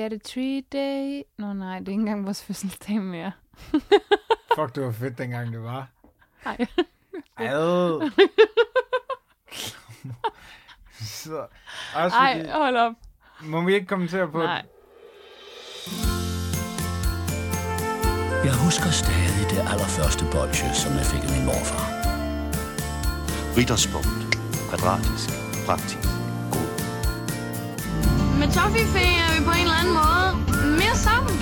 er det 3 day. Nå nej, det er ikke engang vores fødselsdag mere. Fuck, det var fedt, dengang det var. Nej. Ad. Så, også Ej, fordi, hold op. må vi ikke kommentere på Nej. Jeg husker stadig det allerførste bolsje, som jeg fik af min morfar. Ritterspunkt. Kvadratisk. Praktisk. God. Med Toffifee er vi på en eller anden måde mere sammen.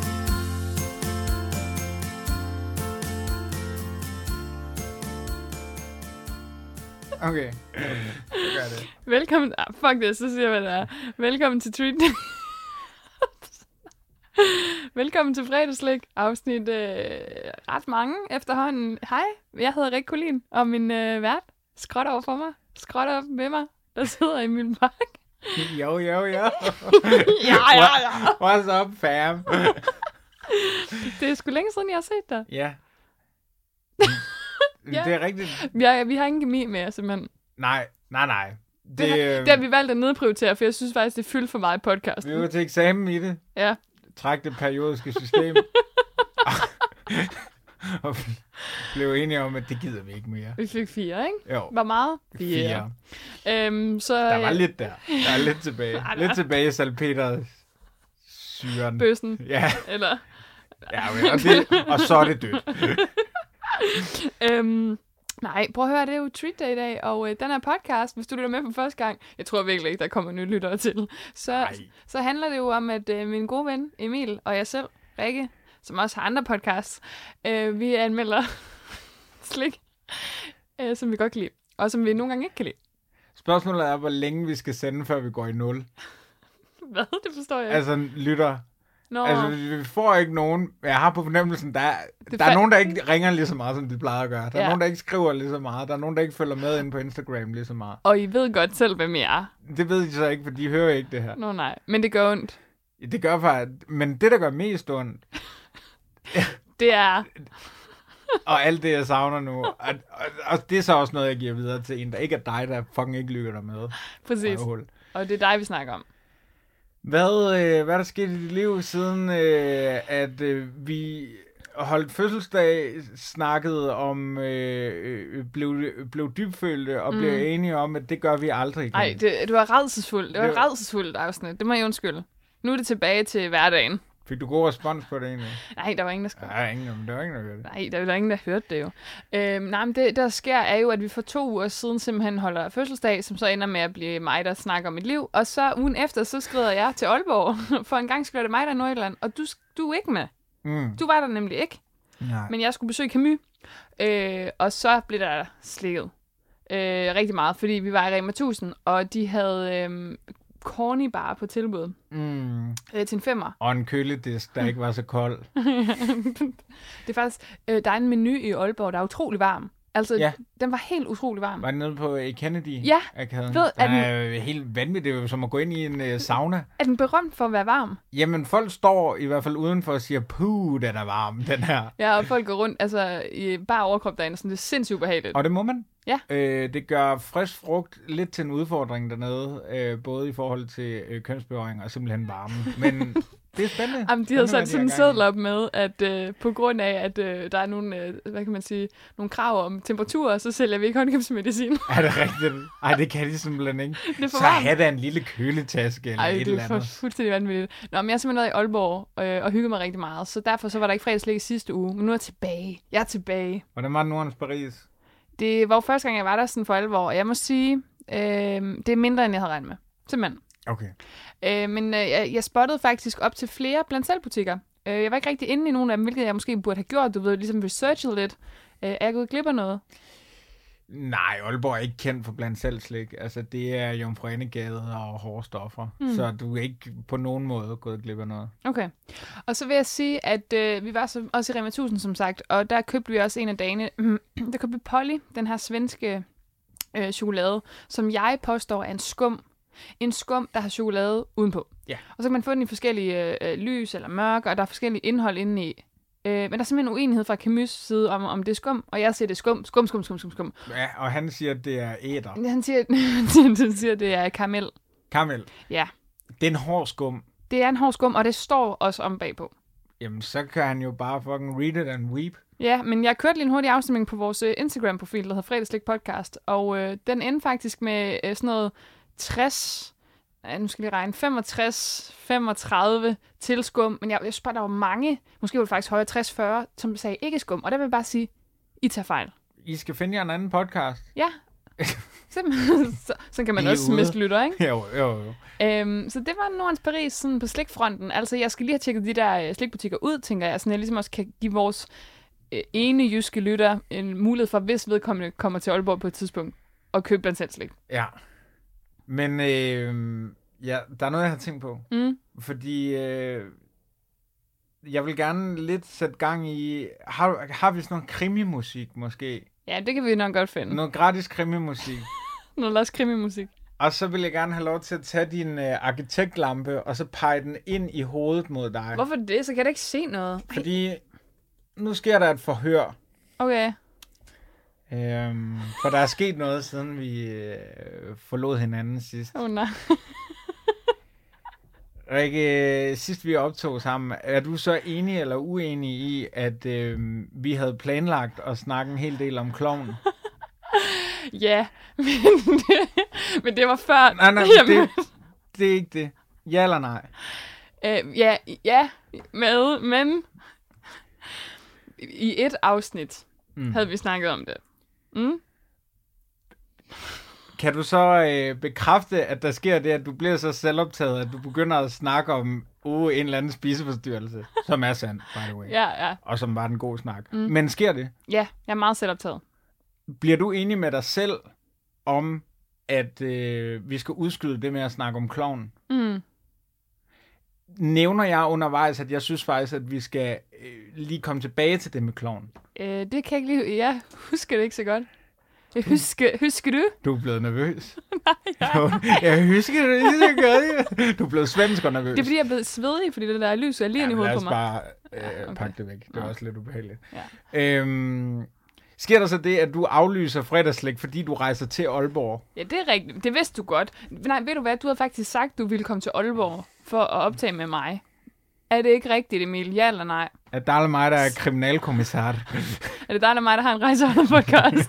Okay, gør det. Velkommen... fuck det, så siger jeg, hvad det er. Velkommen til Treat. Velkommen til Fredagslik, afsnit ret mange efterhånden. Hej, jeg hedder Rik Collin, og min vært skråt over for mig, skråt op med mig, der sidder i min Park. Jo. ja. What's up, fam? Det er sgu længe siden, jeg har set dig. Ja. Ja. Det er rigtigt. Vi har ingen kemi mere, simpelthen. Nej. Det har vi valgt at nedprioritere, for jeg synes faktisk, det fylder for meget i podcasten. Vi var til eksamen i det. Ja. Træk det periodiske system. Og blev enige om, at det gider vi ikke mere. Vi fik 4, ikke? Jo. Hvor meget? 4. Så, Der var lidt der. Der er lidt tilbage. Lidt tilbage i salpeteret syren. Bøssen. Ja. Eller... Ja, og så er det dødt. Nej, prøv at høre, det er jo Treat Day i dag, og den her podcast, hvis du lytter med for første gang, jeg tror virkelig ikke, der kommer nye lyttere til, så handler det jo om, at min gode ven Emil og jeg selv, Rikke, som også har andre podcasts, vi anmelder slik, som vi godt kan lide, og som vi nogle gange ikke kan lide. Spørgsmålet er, hvor længe vi skal sende, før vi går i 0. Hvad? Det forstår jeg ikke. Altså, lytter. Nå. Altså, vi får ikke nogen... Jeg har på fornemmelsen, der er nogen, der ikke ringer lige så meget, som de plejer at gøre. Der er nogen, der ikke skriver lige så meget. Der er nogen, der ikke følger med inde på Instagram lige så meget. Og I ved godt selv, hvem I er. Det ved I så ikke, for de hører ikke det her. Nå nej, men det gør ondt. Det gør faktisk... Men det, der gør mest ondt... Det er... og alt det, jeg savner nu. Og det er så også noget, jeg giver videre til en, der ikke er dig, der fucking ikke lykker dig med. Præcis. Og det er dig, vi snakker om. Hvad er der sket i dit liv, siden at vi holdt fødselsdag, snakkede om, blev dybfølte og blev enige om, at det gør vi aldrig igen? Nej, det var rædselsfuldt. Det var et rædselsfuldt afsnit. Det må jeg undskylde. Nu er det tilbage til hverdagen. Fik du god respons på det egentlig? Nej, der var ingen, der skrev. Nej, der var ingen, der hørte det. Nej, der var ingen, der hørte det jo. Nej, men det, der sker, er jo, at vi for 2 uger siden simpelthen holder fødselsdag, som så ender med at blive mig, der snakker om mit liv. Og så ugen efter, så skrider jeg til Aalborg. For en gang skulle det mig, der er Nordjylland. Og du er ikke med. Du var der nemlig ikke. Nej. Men jeg skulle besøge Camus. Og så blev der slikket rigtig meget, fordi vi var i Rema 1000, og de havde... corny bar på tilbud. Til en 5'er. Og en køledisk, der ikke var så kold. Det er faktisk... der er en menu i Aalborg, der er utrolig varm. Altså, den var helt utrolig varm. Var den nede på Kennedy? Ja. Den er helt vanvittig. Det er jo som at gå ind i en sauna. Er den berømt for at være varm? Jamen, folk står i hvert fald udenfor og siger, puh, den er varm, den her. Ja, og folk går rundt, altså, i bare overkrop derinde, sådan det er sindssygt ubehageligt. Og det må man. Ja. Det gør frisk frugt lidt til en udfordring dernede, både i forhold til kønsberøring og simpelthen varme. Men det er spændende. Jamen, de havde sat sådan en seddel op med, at på grund af, at der er nogle, hvad kan man sige, nogle krav om temperaturer, så sælger vi ikke håndkøbsmedicin. Er det rigtigt? Ej, det kan de simpelthen ikke. Så have da en lille køletaske eller et eller andet. Ej, det er fuldstændig vanvittigt. Nå, men jeg har simpelthen været i Aalborg og hygget mig rigtig meget, så derfor så var der ikke fredagslik i sidste uge, men nu er jeg tilbage. Jeg er tilbage. Hvordan var Nordens Paris? Det var jo første gang, jeg var der sådan for alvor, og jeg må sige, det er mindre, end jeg havde regnet med. Simpelthen. Okay. Men jeg spottede faktisk op til flere blandt selv butikker. Jeg var ikke rigtig inde i nogen af dem, hvilket jeg måske burde have gjort. Du ved, ligesom researchet lidt. Er jeg gået glip af noget? Nej, Aalborg er ikke kendt for blandt selv slik. Altså, det er Jomfru Ane-Gade og hårde stoffer. Så du er ikke på nogen måde gået glip af noget. Okay. Og så vil jeg sige, at vi var også i Rema 1000, som sagt, og der købte vi også en af dagene. Der købte vi Polly, den her svenske chokolade, som jeg påstår er en skum. En skum, der har chokolade udenpå. Ja. Og så kan man få den i forskellige lys eller mørke, og der er forskellige indhold inde i. Men der er simpelthen uenighed fra Camus' side om det er skum, og jeg siger, det er skum. Ja, og han siger, at det er æder. Han siger, at det er karamel. Karamel. Ja. Det er en hård skum. Det er en hård skum, og det står også om bagpå. Jamen, så kan han jo bare fucking read it and weep. Ja, men jeg kørte lige en hurtig afstemning på vores Instagram-profil, der hedder Fredagslik Podcast, og den endte faktisk med sådan noget 60, nu skal vi regne, 35 til skum, men jeg synes bare, der var mange, måske var det faktisk højere 60-40, som sagde ikke skum, og der vil jeg bare sige, I tager fejl. I skal finde jer en anden podcast. Ja, simpelthen. Så kan man også miste lytter, ikke? Jo. Så det var Nordens Paris sådan på slikfronten. Altså, jeg skal lige have tjekket de der slikbutikker ud, tænker jeg, så jeg ligesom også kan give vores ene jyske lytter en mulighed for, hvis vedkommende kommer til Aalborg på et tidspunkt, og købe blandt selv slik. Ja. Men ja, der er noget, jeg har tænkt på. Fordi jeg vil gerne lidt sætte gang i... Har vi sådan noget krimimusik, måske? Ja, det kan vi nok godt finde. Noget gratis krimimusik. Noget også krimimusik. Og så vil jeg gerne have lov til at tage din arkitektlampe, og så pege den ind i hovedet mod dig. Hvorfor det? Så kan jeg da ikke se noget. Fordi nu sker der et forhør. Okay. For der er sket noget, siden vi forlod hinanden sidst. Nej. Rikke, sidst vi optog sammen, er du så enig eller uenig i, at vi havde planlagt at snakke en hel del om klovnen? Ja, men det var før. Nej, det er ikke det. Ja eller nej? Ja, men i et afsnit havde vi snakket om det. Kan du så bekræfte, at der sker det, at du bliver så selvoptaget, at du begynder at snakke om en eller anden spiseforstyrrelse, som er sandt, by the way. Ja. Og som var den gode snak. Men sker det? Ja, jeg er meget selvoptaget. Bliver du enig med dig selv om, at vi skal udskyde det med at snakke om klovnen? Nævner jeg undervejs, at jeg synes faktisk, at vi skal lige komme tilbage til det med klovnen? Det kan jeg ikke lige... Jeg husker det ikke så godt. Husker du? Du er blevet nervøs. Nej, jeg husker det ikke så godt. Du er blevet svensk og nervøs. Det er fordi, jeg er blevet svedig, fordi det der lys er lige ind i hovedet på mig. Lad os bare pakke det væk. Det er også lidt ubehageligt. Ja. Sker der så det, at du aflyser fredagslæg, fordi du rejser til Aalborg? Ja, det er rigtigt. Det vidste du godt. Nej, ved du hvad? Du havde faktisk sagt, du ville komme til Aalborg for at optage med mig. Er det ikke rigtigt, Emil? Ja eller nej? Er det dig eller mig, der er kriminalkommissar? Er det dig eller mig, der har en rejseholder-podcast?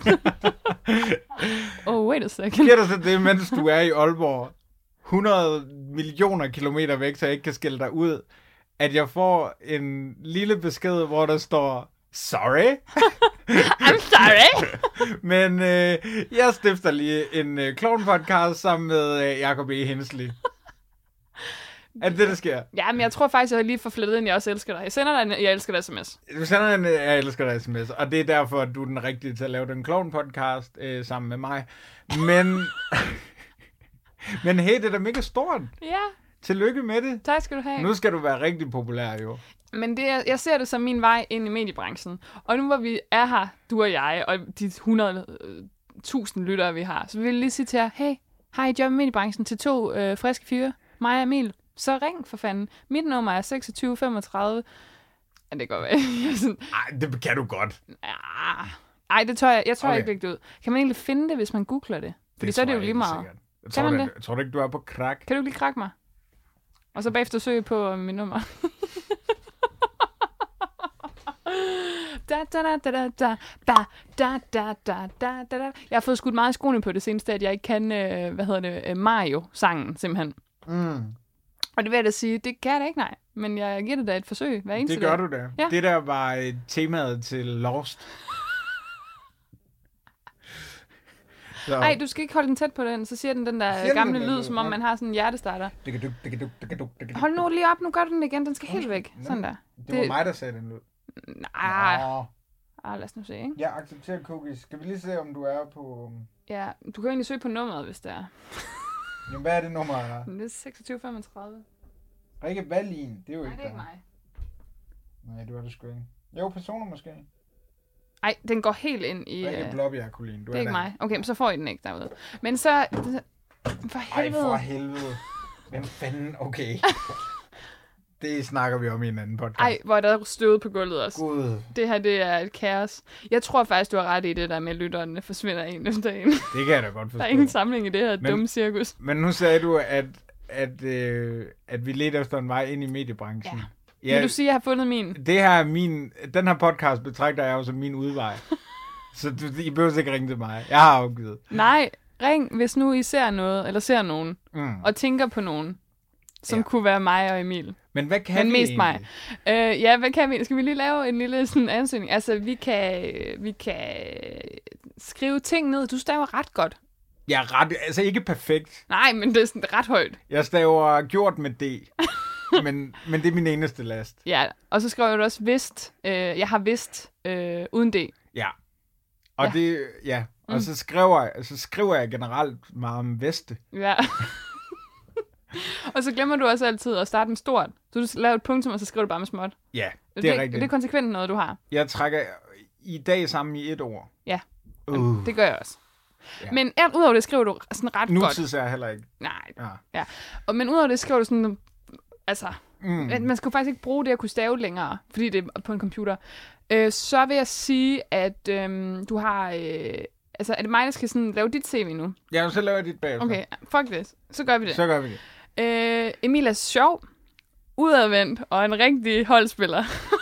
Wait a second. Sker der så det, mens du er i Aalborg, 100 millioner kilometer væk, så jeg ikke kan skille dig ud, at jeg får en lille besked, hvor der står, sorry. I'm sorry. Men jeg stifter lige en klovn-podcast sammen med Jacob E. Hensley. Er det det, der sker? Ja, men jeg tror faktisk, at jeg lige får flettet ind, jeg også elsker dig. Jeg sender dig en, jeg elsker dig sms. Du sender en, jeg elsker dig sms, og det er derfor, at du er den rigtige til at lave den klovn-podcast sammen med mig. Men, men hey, det er da mega stort. Ja. Tillykke med det. Tak skal du have. Nu skal du være rigtig populær, jo. Men jeg ser det som min vej ind i mediebranchen. Og nu hvor vi er her, du og jeg, og de 100.000 lyttere, vi har, så vil jeg lige sige til jer, hey, har I job i mediebranchen til 2 friske fyre? Mig og Emil. Så ring for fanden. Mit nummer er 2635. Ja, det går vel. Ej, det kan du godt. Ej, det tør jeg. Jeg tør ikke lægge det ud. Kan man egentlig finde det, hvis man googler det? Fordi så er det jo lige meget. Jeg tror du ikke, du er på krak? Kan du lige krakke mig? Og så bagefter søge på mit nummer. Jeg har fået skudt meget i skoene på det seneste, at jeg ikke kan, Mario-sangen, simpelthen. Og det vil jeg da sige, det kan jeg da ikke, nej. Men jeg giver det da et forsøg hver eneste dag. Det gør du da. Ja. Det der var temaet til Lost. Nej, du skal ikke holde den tæt på den, så siger den der gamle lyd, som om man har sådan en hjertestarter. Hold nu lige op, nu gør den igen, den skal helt væk. Sådan der. Det var mig, der sagde den lyd. Nej. Lad os nu se, ikke? Jeg accepterer cookies. Skal vi lige se, om du er på... Ja, du kan egentlig søge på nummeret, hvis det er. Jamen, hvad er det nummer? Det er 2635. Rikke Wallin, det er jo ikke det er ikke mig. Nej, du er det sgu ikke. Jo, personer måske. Ej, den går helt ind i... Rikke Blåbjerg-Kulin, det er ikke mig. Okay, men så får I den ikke derude. Men så... For helvede. Ej, for helvede. Hvem fanden? Okay. Det snakker vi om i en anden podcast. Ej, hvor er der støvet på gulvet også. Gud. Det her, det er et kaos. Jeg tror faktisk, du har ret i det der med, at lytterne forsvinder en efter en. Det kan jeg da godt forstå. Der er ingen samling i det her dumme cirkus. Men nu sagde du, at at vi ledte efter en vej ind i mediebranchen. Ja. Vil du sige, at jeg har fundet min? Den her podcast betragter jeg jo som min udvej. Så I behøver ikke ringe til mig. Jeg har afgivet. Nej, ring, hvis nu I ser noget, eller ser nogen, og tænker på nogen, som kunne være mig og Emil. Men hvad kan vi mest egentlig? Mig. Hvad kan vi? Skal vi lige lave en lille sådan ansøgning? Altså, vi kan skrive ting ned. Du staver ret godt. Jeg er altså ikke perfekt. Nej, men det er sådan ret højt. Jeg staver gjort med D. men det er min eneste last. Ja, og så skriver du også vidst. Jeg har vidst uden D. Ja. Og og så skriver jeg generelt meget om veste. Ja. Og så glemmer du også altid at starte med stort. Så du laver et punktum, og så skriver du bare med småt. Ja, det er rigtigt. Det er konsekvent noget, du har. Jeg trækker i dag sammen i et ord. Ja, det gør jeg også. Ja. Men udover det skriver du sådan ret godt. Nutids er jeg heller ikke. Nej. Ja. Men udover det skriver du sådan... Altså, man skal jo faktisk ikke bruge det at kunne stave længere, fordi det er på en computer. Så vil jeg sige, at du har... altså, er det mig, der skal sådan lave dit CV nu? Ja, så laver jeg dit bagefter. Okay, fuck det. Så gør vi det. Emil er sjov, udadvendt og en rigtig holdspiller.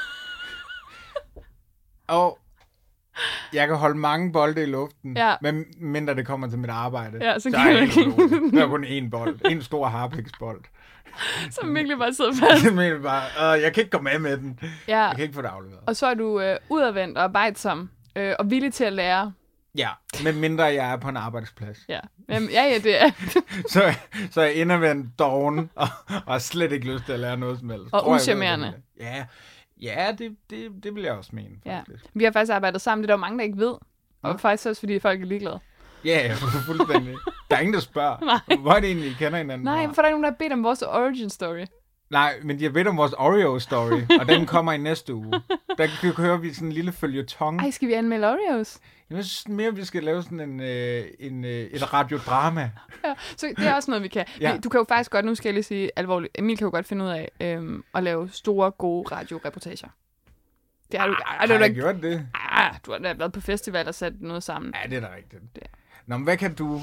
Og jeg kan holde mange bolde i luften, men mindre det kommer til mit arbejde. Ja, så er jeg ikke rolig. Der er kun én bold. En stor harpiksbold. Som virkelig bare sidder fast. Jeg kan ikke komme med den. Ja. Jeg kan ikke få det afleveret. Og så er du udadvendt og arbejdsom og villig til at lære. Ja, men mindre jeg er på en arbejdsplads. Ja, det er. så er jeg indadvendt doven og har slet ikke lyst til at lære noget som helst. Og uschammerende. Ja, det vil jeg også mene. Ja. Vi har faktisk arbejdet sammen, det er der jo mange, der ikke ved. Og faktisk også, fordi folk er ligeglade. Ja, fuldstændig. Der er ingen, der spørger. Hvor er det egentlig, I kender hinanden? Nej, for der er nogen, der har bedt om vores origin story. Nej, men de har bedt om vores Oreo-story, og den kommer i næste uge. Der kan vi høre, vi sådan en lille føljeton. Ej, skal vi anmelde Oreos? Jeg synes mere, vi skal lave sådan et radiodrama. Ja, så det er også noget, vi kan. Ja. Du kan jo faktisk godt, nu skal jeg lige sige alvorligt, Emil kan jo godt finde ud af at lave store, gode radioreportager. Det har du, har jeg gjort det? Du har da været på festival og sat noget sammen. Ja, det er da rigtigt. Det. Nå, men hvad kan du?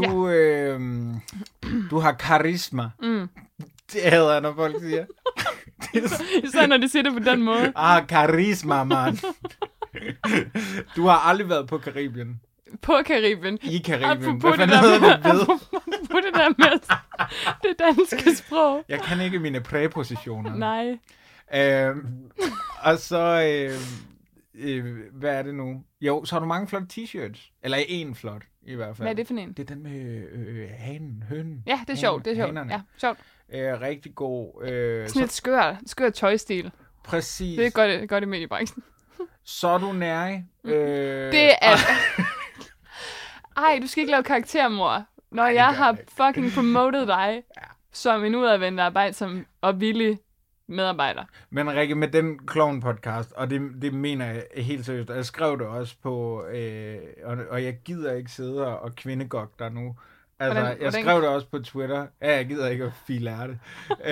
Du har karisma. Det hader jeg, når folk siger. Især når de siger det på den måde. Karisma, mand. Du har aldrig været på Karibien. På Karibien? I Karibien. Hvad fanden hedder det ved? På det der med det danske sprog. Jeg kan ikke mine præpositioner. Nej. Og så... hvad er det nu? Jo, så har du mange flotte t-shirts. Eller en flot, i hvert fald. Hvad er det for en? Det er den med hønen. Ja, det er sjovt. Det er sjovt. Ja, sjovt. Rigtig god. Sådan et skør tøjstil. Præcis. Det er godt i mediebranchen. Så er du nærig. Det er... Ej, du skal ikke lave karaktermor. Når jeg har fucking promotet dig som en udadvendt arbejdsom og villig medarbejder. Men Rikke, med den Klovn-podcast, og det mener jeg helt seriøst, og jeg skrev det også på, og jeg gider ikke sidde og kvindegok der nu. Altså, jeg skrev det også på Twitter. Ja, jeg gider ikke at filere det.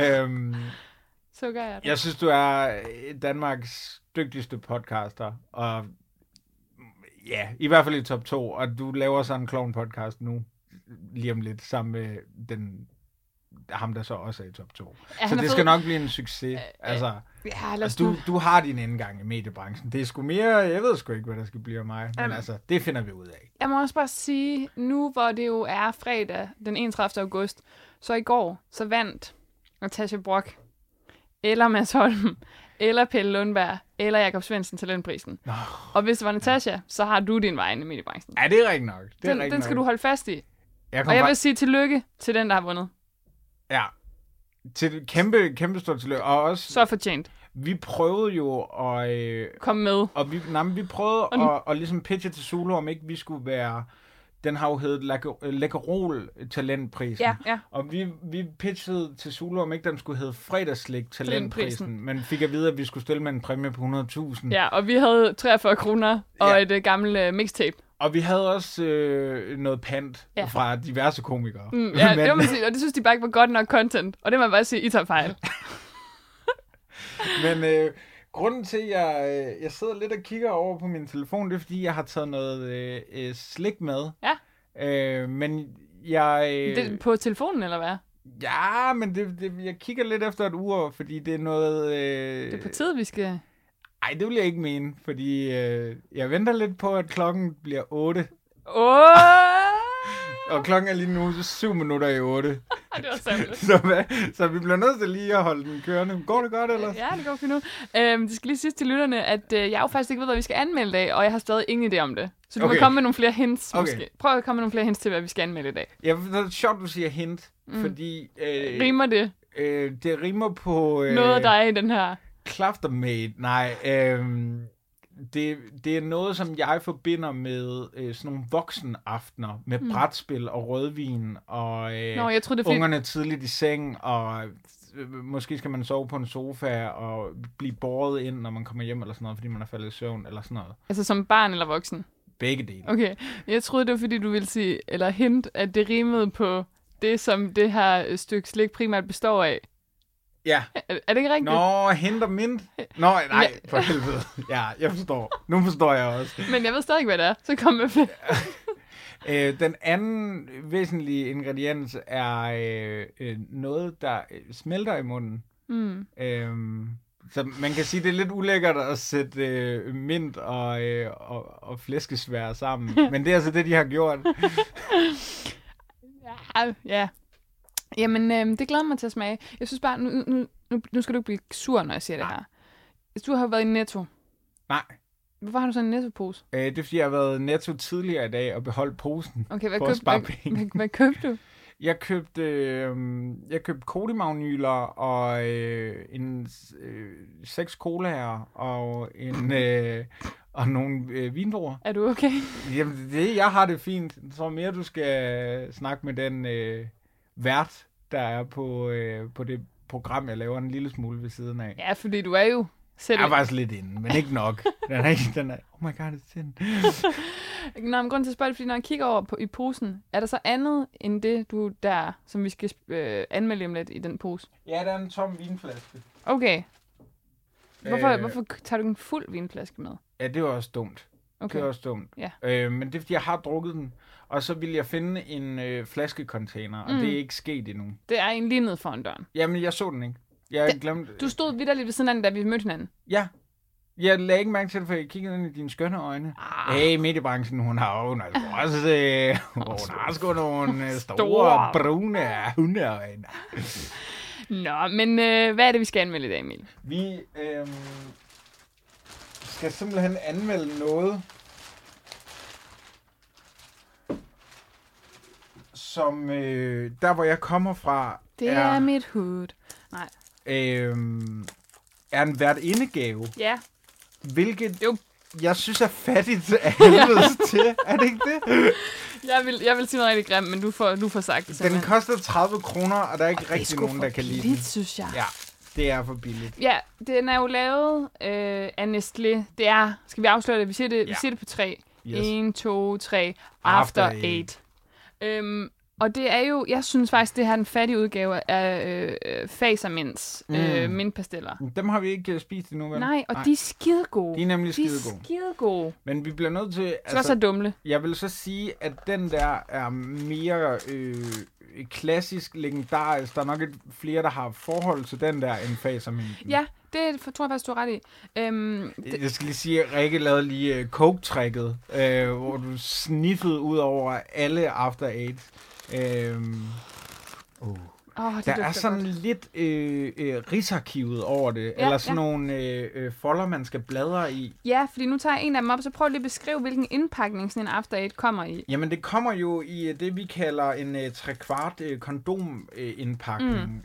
Så gør jeg det. Jeg synes, du er Danmarks dygtigste podcaster, og ja, i hvert fald i top 2, og du laver sådan en Klovn-podcast nu, lige om lidt, sammen med ham, der så også er i top 2. Ja, så det skal nok blive en succes. Du har din indgang i mediebranchen. Det er sgu mere, jeg ved sgu ikke, hvad der skal blive af mig, men det finder vi ud af. Jeg må også bare sige, nu hvor det jo er fredag den 31. august, så i går, så vandt Natasha Brock, eller Mads Holm, eller Pelle Lundberg, eller Jakob Svendsen talentprisen. Og hvis det var Natasha, så har du din vej i mediebranchen. Ja, det er rigtigt nok. Den skal du holde fast i. Og jeg vil sige tillykke til den, der har vundet. Ja, til kæmpe stort tillykke. Og også, så fortjent. Vi prøvede jo at... komme med. Og vi prøvede at ligesom pitche til Zulu, om ikke vi skulle være... Den har jo heddet Lækkerol Talentprisen. Ja. Og vi pitchede til Zulu, om ikke den skulle hedde Fredagsslik Talentprisen. Men fik at vide, at vi skulle stille med en præmie på 100.000. Ja, og vi havde 43 kroner og et gammelt mixtape. Og vi havde også noget pant fra diverse komikere. Ja, det må man sige, og det synes de bare ikke var godt nok content. Og det må man bare sige, I tager fejl. Men grunden til, at jeg sidder lidt og kigger over på min telefon, det er, fordi jeg har taget noget slik med. Ja. Men jeg... Det på telefonen, eller hvad? Ja, men jeg kigger lidt efter et ur, fordi det er noget... Det er på tide, vi skal... Ej, det vil jeg ikke mene, fordi jeg venter lidt på, at klokken bliver 8. Og klokken er lige nu 7 minutter i 8. Det var simpelt. Så vi bliver nødt til lige at holde den kørende. Går det godt, ellers? Ja, det går fint nu. Det skal lige sige til lytterne, at jeg jo faktisk ikke ved, hvad vi skal anmelde i dag, og jeg har stadig ingen idé om det. Så du kan komme med nogle flere hints, måske. Prøv at komme med nogle flere hints til, hvad vi skal anmelde i dag. Ja, det er sjovt, du siger hint, fordi... Rimer det? Det rimer på... noget, der er i den her... Klaftermate, nej. Det er noget, som jeg forbinder med sådan nogle voksenaftener med brætspil og rødvin og jeg troede, ungerne tidligt i seng, og måske skal man sove på en sofa og blive båret ind, når man kommer hjem eller sådan noget, fordi man er faldet i søvn eller sådan noget. Altså som barn eller voksen? Begge dele. Okay, jeg troede, det var fordi, du ville sige, eller hint, at det rimede på det, som det her stykke slik primært består af. Ja. Er det ikke rigtigt? Nå, hint og mint. Nå, nej, for helvede. Ja, jeg forstår. Nu forstår jeg også. Men jeg ved stadig ikke, hvad det er. Så kom med flere. Den anden væsentlige ingrediens er noget, der smelter i munden. Så man kan sige, det er lidt ulækkert at sætte mint og flæskesvær sammen. Men det er altså det, de har gjort. Ja. Jamen, det glæder mig til at smage. Jeg synes bare, nu skal du ikke blive sur, når jeg siger det her. Du har været i Netto. Nej. Hvorfor har du så en Netto-pose? Det er, fordi jeg har været i Netto tidligere i dag og beholdt posen. Okay, hvad købte du? Jeg købte kodimagnyler og 6 colaer og og nogle vindruer. Er du okay? Jamen, jeg har det fint. Jeg tror mere, du skal snakke med den vært, der er på det program, jeg laver en lille smule ved siden af. Ja, fordi du er jo selv... Jeg er faktisk lidt inde, men ikke nok. Den er oh my god, it's in. Nå, men grunden til at spørge det, fordi når jeg kigger over i posen, er der så andet end det, du der, som vi skal anmelde om lidt i den pose? Ja, der er en tom vinflaske. Okay. Hvorfor tager du en fuld vinflaske med? Ja, det var også dumt. Okay. Det var også dumt. Ja. Men det er, fordi jeg har drukket den, og så ville jeg finde en flaskecontainer, og det er ikke sket endnu. Det er en lige ned foran døren. Jamen, jeg så den ikke. Jeg glemte... Du stod vitterligt ved siden af den, da vi mødte hinanden. Ja. Jeg lagde ikke mærke til det, for jeg kiggede ind i dine skønne øjne. Hey, mediebranchen, hun har jo også... hun har sgu nogle store brune hundeøjne. Nå, men hvad er det, vi skal anmelde i dag, Emil? Vi skal simpelthen anmelde noget, som der, hvor jeg kommer fra... Det er mit hood. Nej. Er en værtindegave. Ja. Hvilket jeg synes er fattigt af helvedes til. Er det ikke det? Jeg vil sige noget rigtig grimt, men du får sagt det. Den koster 30 kroner, og der er ikke rigtig nogen, der kan lide den. Det synes jeg. Ja, det er for billigt. Ja, den er jo lavet af Nestlé. Det er, skal vi afsløre det? Vi siger det på 3. Yes. 1, 2, 3. After 8. Og det er jo, jeg synes faktisk, det her er den fattige udgave af Fasermints mintpasteller. Dem har vi ikke spist endnu, vel? Nej, og de er skidegode. De er nemlig skidegode. Men vi bliver nødt til... Så også er dumle. Jeg vil så sige, at den der er mere klassisk, legendarisk. Der er nok flere, der har forhold til den der, end Faserminten. Ja, det tror jeg faktisk, du har ret i. Jeg skal lige sige, at Rikke lavede lige coke-tricket, hvor du sniffede ud over alle After 8. Der er sådan godt. Lidt rigsarkivet over det, eller sådan nogle folder, man skal bladre i. Ja, fordi nu tager jeg en af dem op, så prøv lige at beskrive, hvilken indpakning sådan en After 8 kommer i. Jamen, det kommer jo i det, vi kalder en 3/4 kondomindpakning.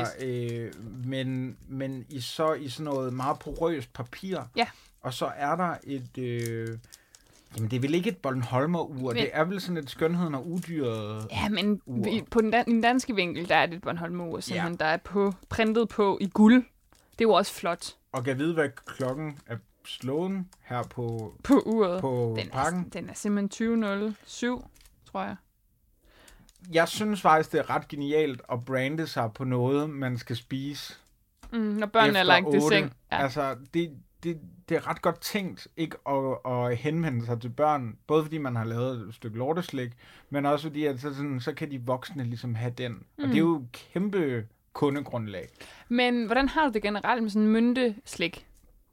Men i sådan noget meget porøst papir. Ja. Og så er der et... Jamen, det er vel ikke et Bornholmer-ur. Det er vel sådan et skønheden og udyret. Ja, men på den danske vinkel, der er det et Bornholmer-ur, simpelthen, der er printet på i guld. Det er jo også flot. Og kan vide, hvad klokken er slået her på uret. På pakken? Den er simpelthen 20.07, tror jeg. Jeg synes faktisk, det er ret genialt at brande sig på noget, man skal spise. Når børnene er lagt i seng. Ja. Altså, det er ret godt tænkt ikke at henvende sig til børn, både fordi man har lavet et stykke lorteslik, men også fordi, at så kan de voksne ligesom have den. Og det er jo kæmpe kundegrundlag. Men hvordan har du det generelt med sådan mynteslik?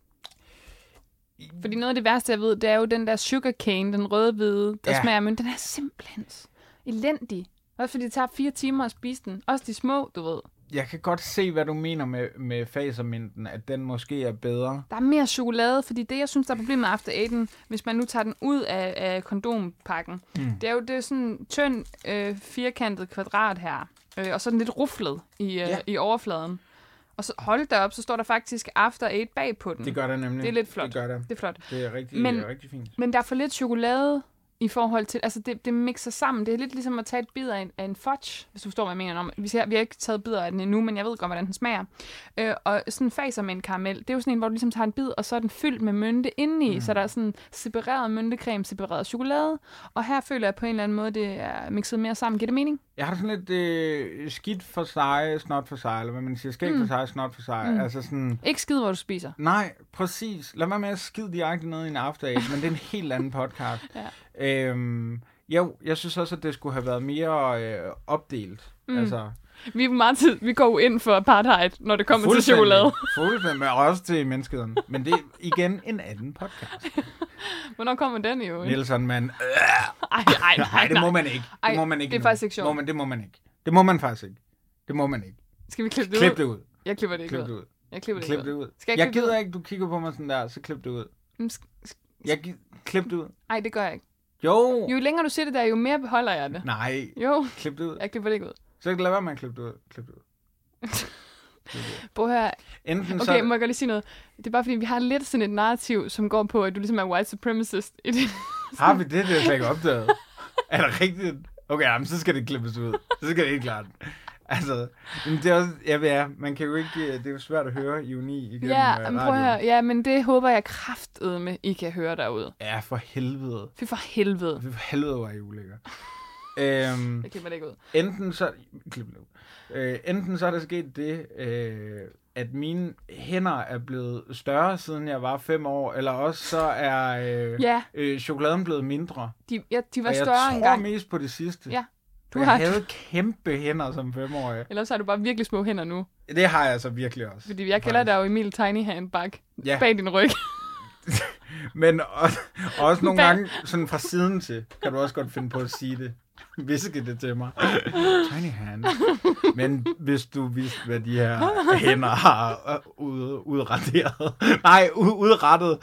Fordi noget af det værste, jeg ved, det er jo den der sugarcane, den røde-hvide, der smager af mynt. Den er simpelthen elendig. Også fordi det tager 4 timer at spise den. Også de små, du ved. Jeg kan godt se, hvad du mener med faserminten, at den måske er bedre. Der er mere chokolade, fordi det, jeg synes, der er problemet med After Eighten, hvis man nu tager den ud af kondompakken, det er sådan en tynd, firkantet kvadrat her, og så er den lidt ruflet i overfladen. Og så hold da op, så står der faktisk After Eight bag på den. Det gør der nemlig. Det er lidt flot. Det gør der. Det er flot. Det er rigtig fint. Men der er for lidt chokolade i forhold til, altså det mixer sammen. Det er lidt ligesom at tage et bid af en fudge, hvis du forstår, hvad jeg mener om. Vi har ikke taget bidder af den endnu, men jeg ved godt, hvordan den smager. Og sådan en faser med en karamel, det er jo sådan en, hvor du ligesom tager en bid, og så er den fyldt med mynte indeni, så der er sådan separeret myntekrem, separeret chokolade. Og her føler jeg på en eller anden måde, det er mixet mere sammen. Giver det mening? Jeg har sådan lidt skidt for sig, snot for sig, eller hvad man siger, skæg for sig, snot for sig. Altså sådan... Ikke skid, hvor du spiser. Nej, præcis. Lad mig med at skide direkte ned i en After Eight, men det er en helt anden podcast. Jeg synes også, at det skulle have været mere opdelt. Altså... Vi går jo ind for apartheid, når det kommer til chokolade. Fuldstændig, men også til menneskeheden. Men det er igen en anden podcast. Hvornår kommer den jo? Nielsen, man... Nej, det må man ikke. Det må man ikke. Det er faktisk ikke sjovt. Det må man ikke. Det må man faktisk ikke. Det må man ikke. Skal vi klippe det ud? Klip det ud. Jeg klipper det ikke ud. Jeg klipper det ud. Jeg gider ikke, du kigger på mig sådan der, så klip det ud. Klip det ud. Nej, det gør jeg ikke. Jo længere du siger det der, jo mere beholder jeg det. Nej. Jo. Klip det ud. Jeg klipper det ikke ud. Så lad være med at klippe det ud. Prøv her. Okay, må jeg godt lige sige noget? Det er bare fordi, vi har lidt sådan et narrativ, som går på, at du ligesom er white supremacist i det. Har vi det? Det har jeg ikke opdaget. Er det rigtigt? Okay, jamen, så skal det klippes ud. Så skal det ikke klart. Altså, det er også, man kan jo ikke, det er jo svært at høre ironi igennem men prøv her. Ja, men det håber jeg kraftedme, I kan høre derude. Ja, for helvede. Fy for helvede. Hvor er I ulækker. Jeg klipper det ikke ud. Enten så er der sket det, at mine hænder er blevet større, siden jeg var 5 år, eller også så er chokoladen blevet mindre. De var og større engang. Jeg tror mest på det sidste. Ja. Jeg havde kæmpe hænder som 5-årig. Eller så har du bare virkelig små hænder nu. Det har jeg så virkelig også. Fordi jeg kalder dig jo Emil Tiny Hand bag din ryg. Men også nogle gange sådan fra siden til, kan du også godt finde på at sige det. Viske det til mig. Tiny hand. Men hvis du vidste, hvad de her hænder har udrettet. Nej, udrettet.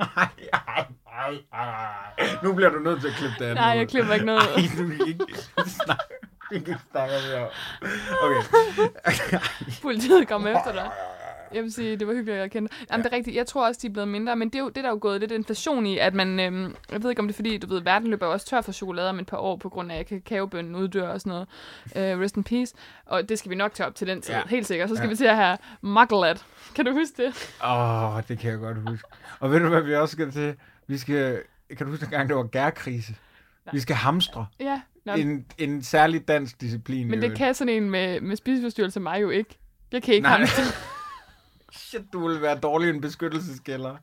Nu bliver du nødt til at klippe det andet. Nej, jeg klipper ikke noget. Ej, du kan ikke snakke mere. Okay. Politiet kommer efter dig. Jeg vil sige, det var hyggeligt, at jeg kendte. Jamen, det er rigtigt. Jeg tror også, de er blevet mindre, men det er der jo gået lidt inflation i, at man, jeg ved ikke, om det er fordi, du ved, verden løber også tør for chokolade om et par år, på grund af, at kakaobønnen uddør og sådan noget. Rest in peace. Og det skal vi nok tage op til den tid, helt sikkert. Så skal vi til at have makkelat. Kan du huske det? Det kan jeg godt huske. Og ved du, hvad vi også skal til? Kan du huske, en gang, det var gærkrise? Nej. Vi skal hamstre. Ja. En særlig dansk disciplin. Men det kan sådan en med spiseforstyrrelse mig jo ikke. Jeg kan ikke hamstre. Shit, du ville være dårlig en beskyttelseskælder.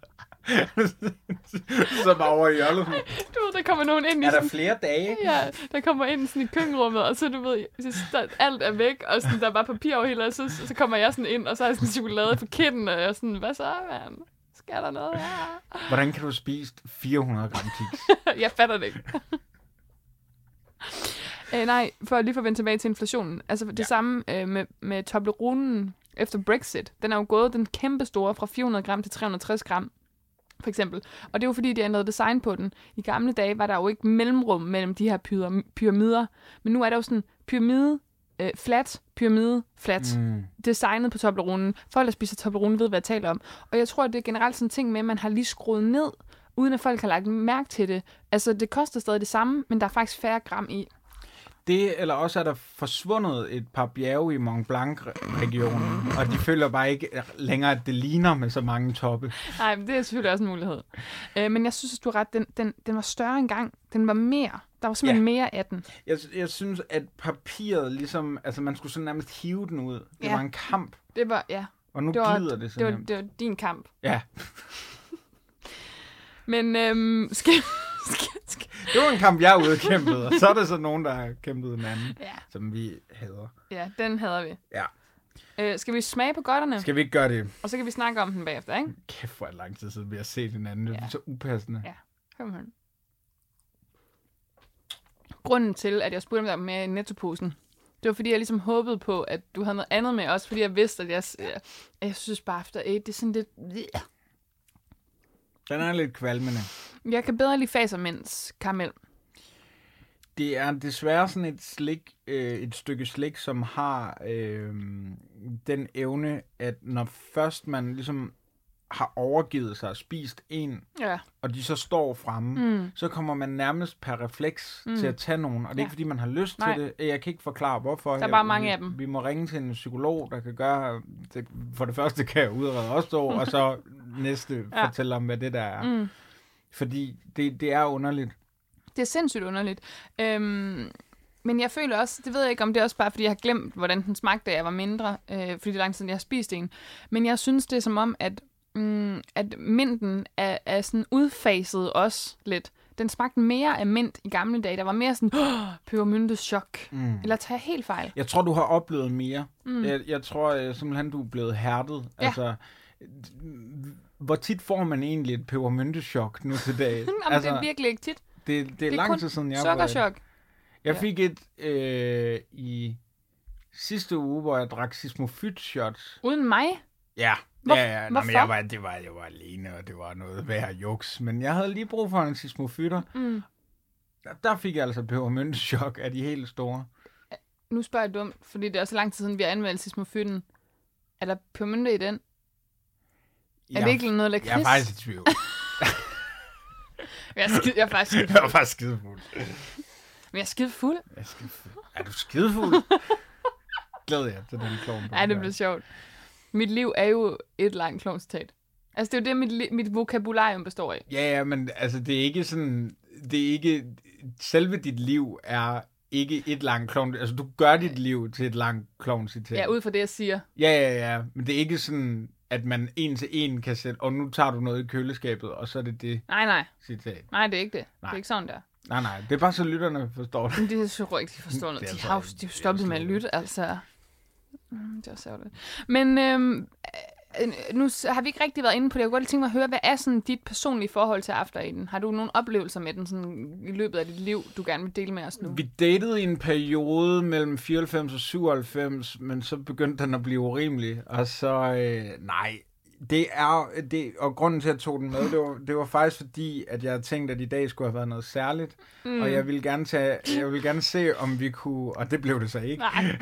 Så bare over i hjørnet. Du ved, der kommer nogen ind i... Er der flere dage? Ja, der kommer ind sådan i køkkenrummet, og så du ved, alt er væk, og sådan, der er bare papir over hele, og så kommer jeg sådan ind, og så har jeg sådan chokolade på kinden, og jeg er sådan, hvad så, mand? Skal der noget her? Hvordan kan du spise 400 gram kiks? Jeg fatter det ikke. Nej, for lige at vende tilbage til inflationen. Altså det samme med Tobleronen efter Brexit. Den er jo gået den kæmpe store fra 400 gram til 360 gram, for eksempel. Og det er jo fordi, de ændrede design på den. I gamle dage var der jo ikke mellemrum mellem de her pyramider. Men nu er der jo sådan pyramide, flat, designet på Tobleronen. Folk, der spiser Toblerone, ved, hvad jeg taler om. Og jeg tror, det er generelt sådan en ting med, at man har lige skruet ned, uden at folk har lagt mærke til det. Altså, det koster stadig det samme, men der er faktisk færre gram i. Det, eller også er der forsvundet et par bjerge i Mont Blanc-regionen, og de føler bare ikke længere, at det ligner med så mange toppe. Nej, men det er selvfølgelig også en mulighed. Men jeg synes, at du har ret, den var større engang. Den var mere. Der var simpelthen mere af den. Jeg synes, at papiret ligesom, altså man skulle sådan nærmest hive den ud. Det var en kamp. Det var, og nu glider det sådan. Det var din kamp. Ja. Men Det var en kamp, jeg udkæmpede, og så er der så nogen, der har kæmpet en anden, som vi hader. Ja, den hader vi. Ja. Skal vi smage på godterne? Skal vi ikke gøre det? Og så kan vi snakke om den bagefter, ikke? Kæft, hvor er lang tid siden, vi har set hinanden. Det er så upassende. Ja, kom her. Grunden til, at jeg spurgte dig med nettoposen, det var, fordi jeg ligesom håbede på, at du havde noget andet med, også fordi jeg vidste, at jeg synes bare, After 8, det er sådan lidt... Den er lidt kvalmende. Jeg kan bedre lide Fasermænds karamel. Det er desværre sådan et stykke slik, som har den evne, at når først man ligesom har overgivet sig og spist en, og de så står fremme, så kommer man nærmest per refleks til at tage nogen. Og det er ikke, fordi man har lyst til det. Jeg kan ikke forklare, hvorfor. Der er bare mange af dem. Vi må ringe til en psykolog, der kan gøre... For det første kan jeg udrede os to, og så næste fortælle om, hvad det der er. Fordi det er underligt. Det er sindssygt underligt. Men jeg føler også, det ved jeg ikke, om det er også bare, fordi jeg har glemt, hvordan den smagte, da jeg var mindre. Fordi det er lang tid siden, jeg har spist en. Men jeg synes, det er som om, at minten er sådan udfaset også lidt. Den smagte mere af mint i gamle dage. Der var mere sådan, pebermynteschok. Eller tager jeg helt fejl? Jeg tror, du har oplevet mere. Jeg tror simpelthen, du er blevet hærdet. Ja. Altså, hvor tit får man egentlig et pebermynteschok nu til dag? Altså, det er virkelig ikke tit. Det er lang tid siden, jeg var... Sukkerchok. Jeg fik et i sidste uge, hvor jeg drak Sismofyt-shots. Uden mig? Ja. Hvorfor? Nå, men jeg var alene, og det var noget værd juks. Men jeg havde lige brug for en Sismofytter. Der fik jeg altså pebermynteschok af de helt store. Nu spørger jeg dumt, fordi det er også lang tid siden, vi har anmeldt Sismofytten. Er der pebermynte i den? Er det ikke noget lakrids? Jeg er faktisk i tvivl. Jeg er faktisk skidefuld. Men jeg er skidefuld. Er du skidefuld? Glæder jeg til den klovn. Ja, det bliver sjovt. Mit liv er jo et langt klovncitat. Altså, det er jo det, mit vokabularium består af. Ja, men altså, det er ikke sådan... Det er ikke... Selve dit liv er ikke et langt klovn... Altså, du gør dit liv til et langt klovncitat. Ja, ud fra det, jeg siger. Ja. Men det er ikke sådan, at man en til en kan sætte... Og nu tager du noget i køleskabet, og så er det Nej. citat. Nej, det er ikke det. Nej. Det er ikke sådan der. Nej. Det er bare så lytterne forstår det. Men det er så ikke, de forstår noget. De har jo stoppet med at lytte, altså... Det er så lidt. Men nu har vi ikke rigtig været inde på det. Jeg kunne godt tænke mig at høre, hvad er sådan dit personlige forhold til After 8? Har du nogle oplevelser med den sådan, i løbet af dit liv, du gerne vil dele med os nu? Vi datede i en periode mellem 94 og 97, men så begyndte den at blive urimelig. Og så, nej, og grunden til, at jeg tog den med, det var faktisk fordi, at jeg tænkte, at i dag skulle have været noget særligt. Og jeg ville gerne se, om vi kunne, og det blev det så ikke.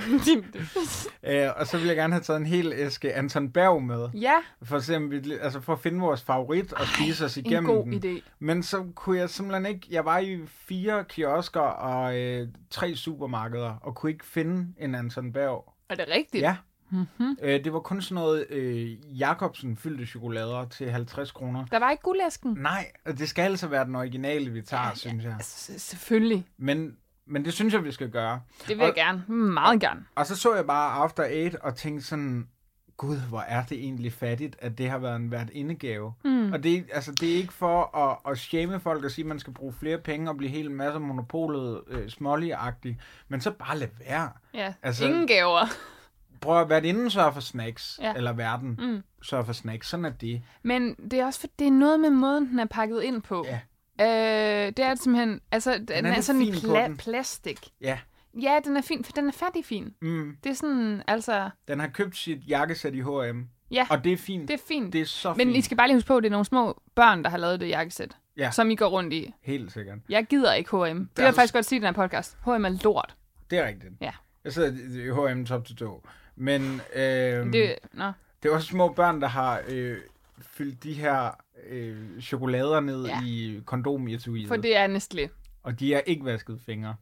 Nej. Og så ville jeg gerne have taget en hel æske Anton Berg med. Ja. For at se, om vi, altså for at finde vores favorit og spise os igennem en god idé. Men så kunne jeg simpelthen ikke, jeg var i 4 kiosker og 3 supermarkeder, og kunne ikke finde en Anton Berg. Er det rigtigt? Ja. Mm-hmm. Det var kun sådan noget Jacobsen fyldte chokolader til 50 kroner. Der var ikke guldæsken? Nej, det skal altså være den originale, vi tager, synes jeg. Selvfølgelig. Men det synes jeg, vi skal gøre. Det vil jeg gerne. Meget gerne. Og så jeg bare After 8 og tænkte sådan, gud, hvor er det egentlig fattigt, at det har været en værtindegave. Og det er ikke for at shame folk og sige, at man skal bruge flere penge og blive helt masse monopolet smålig-agtig, men så bare lad være. Ja, altså, ingen gaver. Prøv at værtinden sørger for snacks, eller verden sørger for snacks, sådan er det. Men det er også, for det er noget med måden, den er pakket ind på. Ja. Det er simpelthen, altså, den er sådan i plastik. Ja. Ja, den er fin, for den er fattig fin. Det er sådan, altså... Den har købt sit jakkesæt i H&M. Ja. Og det er fint. Det er fint. Det er så Men fint. I skal bare lige huske på, at det er nogle små børn, der har lavet det jakkesæt. Ja. Som I går rundt i. Helt sikkert. Jeg gider ikke H&M. Det vil jeg faktisk godt sige i den her podcast. H&M er lort. Det er rigtigt. Ja. Jeg sidder i H&M top til tå. Men det er også små børn, der har fyldt de her chokolader ned i kondometuiet. For det er Nestlé. Og de er ikke vasket fingre.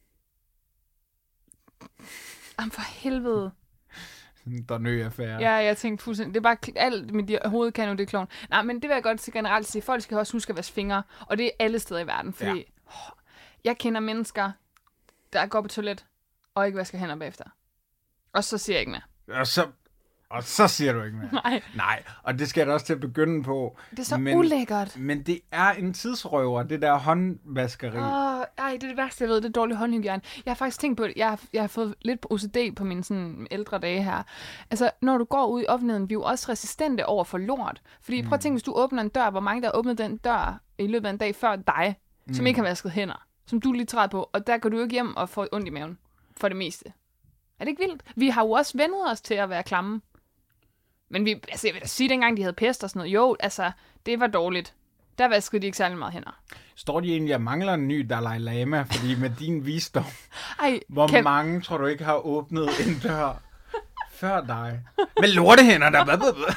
Jamen for helvede. Der nø affære. Ja, jeg tænkte fuldstændig. Det er bare alt mit hoved kan jo, det er klovn. Nej, men det vil jeg godt til generelt sige. Folk skal også huske at vaske fingre. Og det er alle steder i verden. Fordi jeg kender mennesker, der går på toilet og ikke vasker hænder bagefter. Og så siger jeg ikke mere. og så siger du ikke mere. Nej, og det skal jeg da også til at begynde på. Det er så ulækkert. Men det er en tidsrøver, det der håndvaskeri. Ej, det er det værste, jeg ved, det er dårlig håndhygiejne. Jeg har faktisk tænkt på det, jeg har fået lidt på OCD på mine sådan ældre dage her. Altså, når du går ud i offentligheden, vi er jo også resistente over for lort. Fordi prøv at tænke, hvis du åbner en dør, hvor mange der har åbnet den dør i løbet af en dag før dig, som ikke har vasket hænder, som du lige træder på, og der går du ikke hjem og får ondt i maven, for det meste. Er det ikke vildt? Vi har jo også vendet os til at være klamme. Men jeg vil da sige, dengang de havde pest og sådan noget, jo, altså, det var dårligt. Der vaskede de ikke særlig meget hænder. Står de egentlig, at mangler en ny Dalai Lama, fordi med din visdom, mange tror du ikke har åbnet en dør før dig? Med lortehænder, der...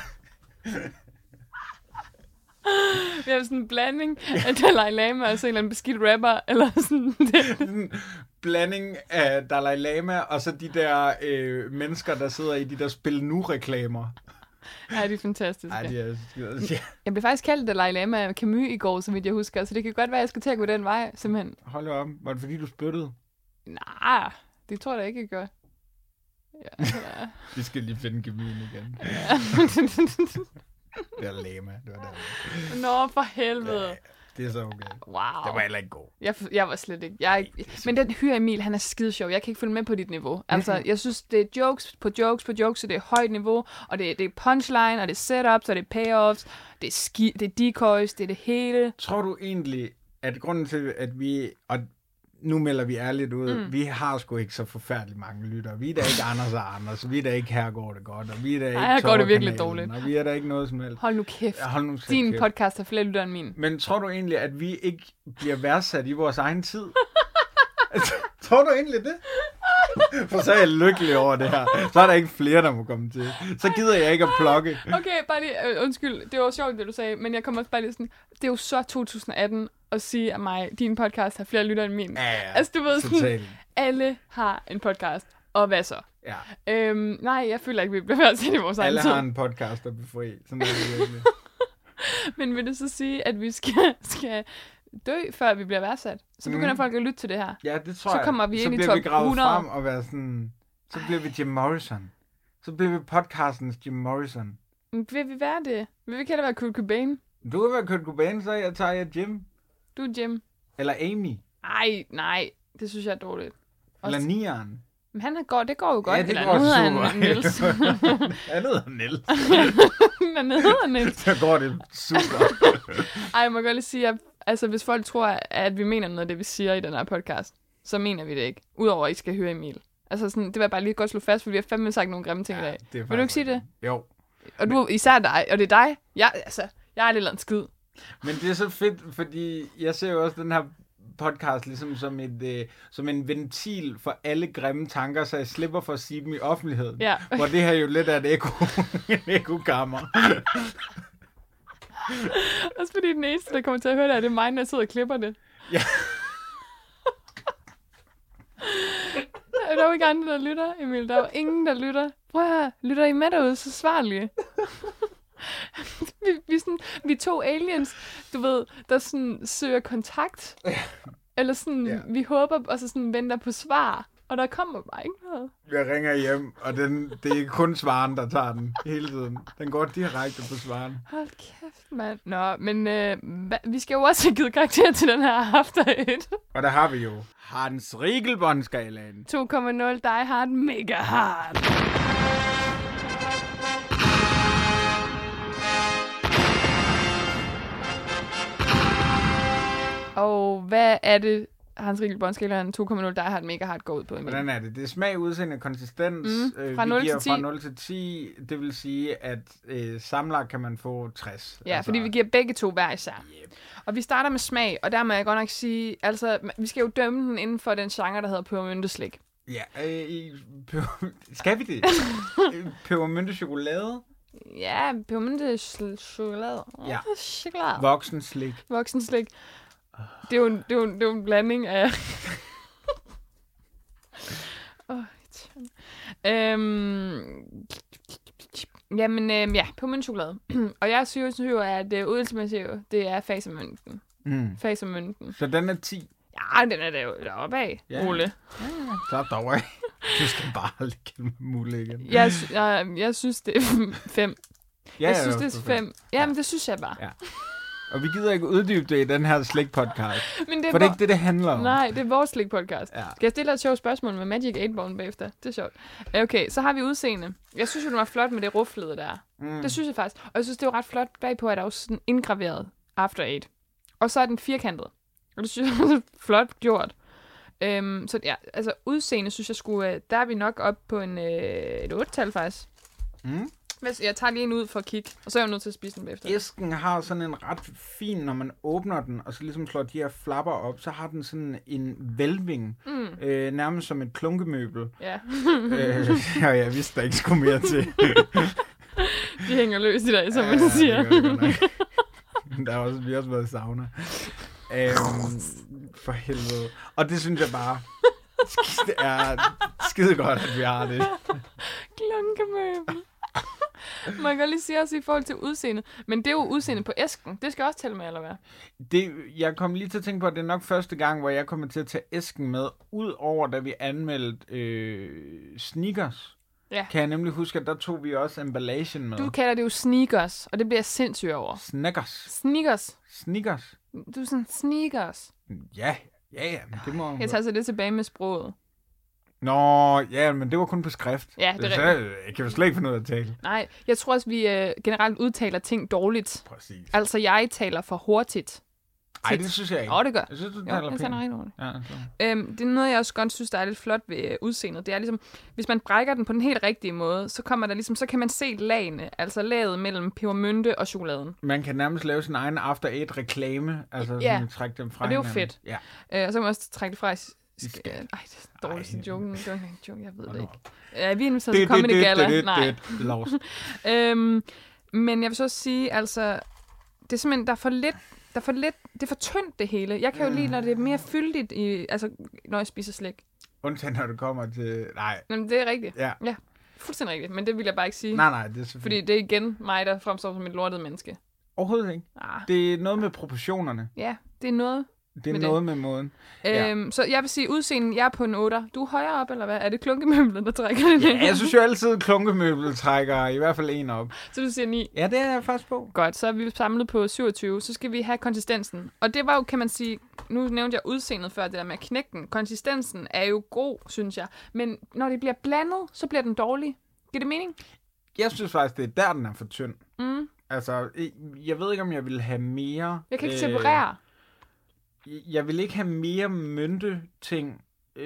Vi har sådan en blanding af Dalai Lama og så en eller anden beskidt rapper, eller sådan det. En blanding af Dalai Lama og så de der mennesker, der sidder i de der Spil Nu-reklamer. Ej, det er fantastisk. Ej, det er... Ja. Jeg blev faktisk kaldt Dalai Lama af Camus i går, så vidt jeg husker, så det kan godt være, at jeg skal til at gå den vej, simpelthen. Hold op. Var det fordi, du spyttede? Nej, det tror jeg da ikke, jeg gør. Ja. Vi skal lige finde Camuen igen. Ja. Det er Lama. Det var der. Nå, for helvede. Ja, det er så okay. Wow. Det var heller ikke god. Jeg var slet ikke. Men den Hyre Emil, han er skide sjov. Jeg kan ikke følge med på dit niveau. Altså, jeg synes, det er jokes på jokes på jokes, så det er højt niveau, og det er punchline, og det er setups, og det er payoffs, det er decoys, det er det hele. Tror du egentlig, at grunden til, at vi... Og nu melder vi ærligt ud, vi har sgu ikke så forfærdeligt mange lyttere. Vi er da ikke Anders og Anders, vi er da ikke Her går det godt, og vi er da ikke her går det virkelig dårligt. Og vi er da ikke noget som helst. Hold nu kæft. Ja, hold nu Din kæft. podcast har flere lyttere end min. Men tror du egentlig, at vi ikke bliver værdsat i vores egen tid? Tror du egentlig det? For så er jeg lykkelig over det her. Så er der ikke flere, der må komme til. Så gider jeg ikke at plukke. Okay, bare lige, undskyld, det var sjovt, det du sagde, men jeg kommer også bare lige sådan, det er jo så 2018 at sige af mig, din podcast har flere lyttere end min. Ja, altså, du ved sådan, alle har en podcast, og hvad så? Ja. Nej, jeg føler ikke, vi bliver værd til i vores egen tid. Alle har en podcast, der bliver fri. Sådan er det virkelig. Men vil det så sige, at vi skal dø, før vi bliver værdsat? Så begynder folk at lytte til det her. Ja, det tror jeg. Så kommer vi ind i top 100. Så bliver vi gravet frem og være sådan... Så bliver vi Jim Morrison. Så bliver vi podcastens Jim Morrison. Men vil vi være det? Vil vi ikke heller være Kurt Cobain? Du kan være Kurt Cobain, så tager jeg Jim. Du er Jim. Eller Amy. Ej, nej. Det synes jeg er dårligt. Eller Nian. Men det går jo godt. Ja, det eller går super. Niels. Han hedder Niels. Han hedder Niels. Så går det super. Ej, jeg må godt lige sige, at altså, hvis folk tror, at vi mener noget af det, vi siger i den her podcast, så mener vi det ikke. Udover, at I skal høre Emil. Altså, sådan, det var bare lige godt slå fast, for vi har fandme sagt nogle grimme ting i dag. Vil du ikke sige det? Jo. Og du især dig, og det er dig. Jeg er lidt en skid. Men det er så fedt, fordi jeg ser jo også den her podcast ligesom som en ventil for alle grimme tanker, så jeg slipper for at sige dem i offentligheden. Ja. Hvor det her jo lidt er et ekokammer. Også fordi den eneste, der kommer til at høre det, er mig, der sidder og klipper det. Ja. Der er jo ikke andre, der lytter, Emil. Der er jo ingen, der lytter. Prøv at høre, lytter I med derude, så svarlige. vi er to aliens, du ved, der sådan søger kontakt. Eller sådan, vi håber, og så sådan venter på svar. Og der kommer bare ikke noget. Jeg ringer hjem, og det er kun svaren, der tager den hele tiden. Den går direkte på svaren. Hold kæft, mand. Nå, men vi skal jo også have givet karakter til den her After 1. Og der har vi jo Hans Riegelbånd-skalaen. 2,0 Die Hard Mega Hard. Og hvad er det, Hans Riegelbånd-skalaen 2,0 Die Hard Mega Hard går ud på? Emil? Hvordan er det? Det er smag, udseende, konsistens. Fra 0 til 10. Fra 0 til 10. Det vil sige, at samlet kan man få 60. Ja, fordi vi giver begge to hver især. Yep. Og vi starter med smag, og der må jeg godt nok sige, altså, vi skal jo dømme den inden for den genre, der hedder pebermynteslik. Ja, skal vi det? Pebermyntechokolade? Ja, pebermyntechokolade. Ja. Chokolade. Voksenslik. Voksenslik. Det er jo en blanding af... pebermyntechokolade. Og jeg synes jo, at udelsmæssigt, det er fasermynten. Fasermynten. Så den er 10? Ja, den er der jo deroppe af, Ole. Så dog af. Du skal bare aldrig kalde mig Mulle igen. Jeg synes, det er 5. Jeg synes, det er 5. Jamen, det synes jeg bare. Ja. Og vi gider ikke uddybe det i den her slik-podcast. Men det er for det er ikke det handler om. Nej, det er vores slik-podcast. Ja. Skal jeg stille dig et sjovt spørgsmål med Magic 8-Bone bagefter? Det er sjovt. Okay, så har vi udseende. Jeg synes jo, det var flot med det ruflede der. Det synes jeg faktisk. Og jeg synes, det var ret flot bagpå, at der var sådan indgraveret After 8. Og så er den firkantet. Og det synes jeg er flot gjort. Så ja, altså udseende synes jeg skulle... Der er vi nok op på et 8-tal faktisk. Jeg tager lige en ud for at kigge, og så er jeg nødt til at spise den bagefter. Æsken har sådan en ret fin, når man åbner den, og så ligesom slår de her flapper op, så har den sådan en hvælving, nærmest som et klunkemøbel. Ja. Og jeg vidste, der ikke skulle mere til. De hænger løs i dag, som man siger. Vi har også været i sauna. For helvede. Og det synes jeg bare er skide godt, at vi har det. Klunkemøbel. Man kan lige sige også i forhold til udseendet. Men det er jo udseendet på æsken. Det skal også tælle med, eller hvad? Jeg kom lige til at tænke på, at det er nok første gang, hvor jeg kommer til at tage æsken med, ud over da vi anmeldte Snickers. Ja. Kan jeg nemlig huske, at der tog vi også emballagen med. Du kalder det jo Snickers, og det bliver jeg sindssygt over. Snickers. Du er sådan Snickers. Ja, men det må... Jeg tager så det tilbage med sproget. Nå, ja, men det var kun på skrift. Ja, det er rigtigt. Jeg kan jo slet ikke finde ud af at tale. Nej, jeg tror også, vi generelt udtaler ting dårligt. Præcis. Altså, jeg taler for hurtigt. Nej, det synes jeg ikke. Det gør. Jeg synes, du taler pænt. Jeg taler hurtigt. Ja, det er noget, jeg også godt synes, der er lidt flot ved udseendet. Det er ligesom, hvis man brækker den på den helt rigtige måde, så kommer der ligesom, så kan man se lagene, altså laget mellem pebermynte og chokoladen. Man kan nærmest lave sin egen After 8 reklame, altså sådan trække dem fra. Og det er jo fedt. Ja. Og så kan man også trække det fra. Det er dårligt til joken. Det er en joke, jeg ved det ikke. Vi er inviteret til Comedy Gala. Nej. Men jeg vil så sige, altså, det er simpelthen, der er for lidt, det er for tyndt det hele. Jeg kan jo lide, når det er mere fyldigt, når jeg spiser slik. Undtagen når det kommer til... Nej. Men det er rigtigt. Ja. Fuldstændig rigtigt, men det vil jeg bare ikke sige. Nej, det er selvfølgelig... Fordi det er igen mig, der fremstår som et lortet menneske. Overhovedet ikke. Det er noget med proportionerne. Ja, det er noget. Det er noget med måden. Så jeg vil sige, udseendet, jeg er på en 8. Du er højere op, eller hvad? Er det klunkemøblet, der trækker det? Ja, jeg synes jo altid, at klunkemøblet trækker i hvert fald en op. Så du siger 9? Ja, det er jeg faktisk på. Godt, så er vi samlet på 27. Så skal vi have konsistensen. Og det var jo, kan man sige, nu nævnte jeg udseendet før, det der med at knække den. Konsistensen er jo god, synes jeg. Men når det bliver blandet, så bliver den dårlig. Giver det mening? Jeg synes faktisk, det er der, den er for tynd. Altså, jeg ved ikke, om jeg vil have mere... Jeg kan ikke separere. Jeg vil ikke have mere mynte-ting.